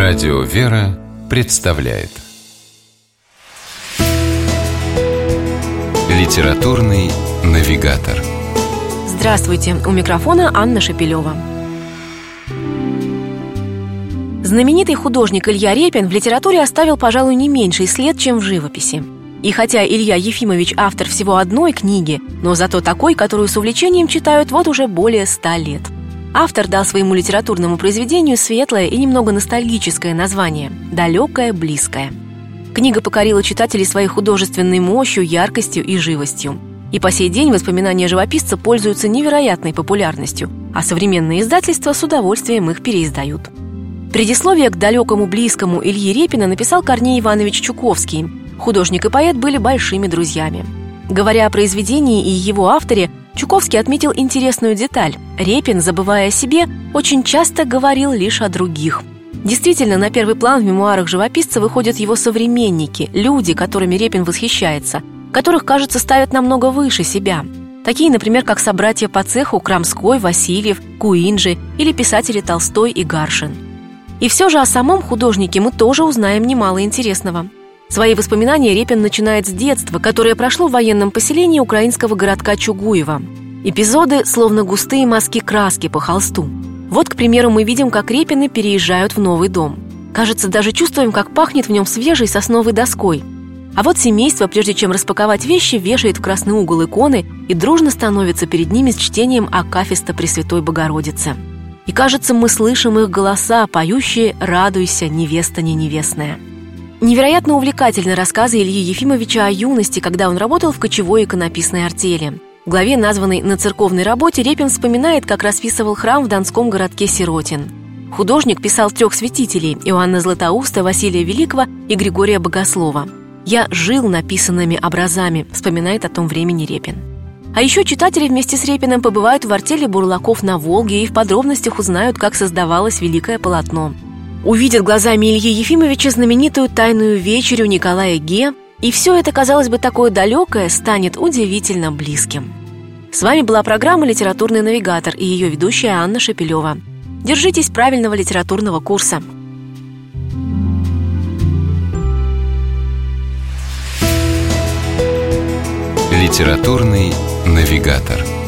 Радио «Вера» представляет Литературный навигатор. Здравствуйте, у микрофона Анна Шапилева. Знаменитый художник Илья Репин в литературе оставил, пожалуй, не меньший след, чем в живописи. И хотя Илья Ефимович автор всего одной книги, но зато такой, которую с увлечением читают вот уже более 100 лет. Автор дал своему литературному произведению светлое и немного ностальгическое название «Далекое, близкое». Книга покорила читателей своей художественной мощью, яркостью и живостью. И по сей день воспоминания живописца пользуются невероятной популярностью, а современные издательства с удовольствием их переиздают. Предисловие к «Далекому, близкому» Ильи Репина написал Корней Иванович Чуковский. Художник и поэт были большими друзьями. Говоря о произведении и его авторе, Чуковский отметил интересную деталь. Репин, забывая о себе, очень часто говорил лишь о других. Действительно, на первый план в мемуарах живописца выходят его современники, люди, которыми Репин восхищается, которых, кажется, ставят намного выше себя. Такие, например, как собратья по цеху Крамской, Васильев, Куинджи или писатели Толстой и Гаршин. И все же о самом художнике мы тоже узнаем немало интересного. Свои воспоминания Репин начинает с детства, которое прошло в военном поселении украинского городка Чугуева. Эпизоды словно густые мазки краски по холсту. Вот, к примеру, мы видим, как Репины переезжают в новый дом. Кажется, даже чувствуем, как пахнет в нем свежей сосновой доской. А вот семейство, прежде чем распаковать вещи, вешает в красный угол иконы и дружно становится перед ними с чтением акафиста Пресвятой Богородицы. И, кажется, мы слышим их голоса, поющие «Радуйся, невеста не невестная». Невероятно увлекательны рассказы Ильи Ефимовича о юности, когда он работал в кочевой иконописной артели. В главе, названной «На церковной работе», Репин вспоминает, как расписывал храм в донском городке Сиротин. Художник писал 3 святителей – Иоанна Златоуста, Василия Великого и Григория Богослова. «Я жил написанными образами», – вспоминает о том времени Репин. А еще читатели вместе с Репиным побывают в артели бурлаков на Волге и в подробностях узнают, как создавалось великое полотно. Увидят глазами Ильи Ефимовича знаменитую «Тайную вечерю» Николая Ге, и все это, казалось бы, такое далекое, станет удивительно близким. С вами была программа «Литературный навигатор» и ее ведущая Анна Шапилева. Держитесь правильного литературного курса. Литературный навигатор.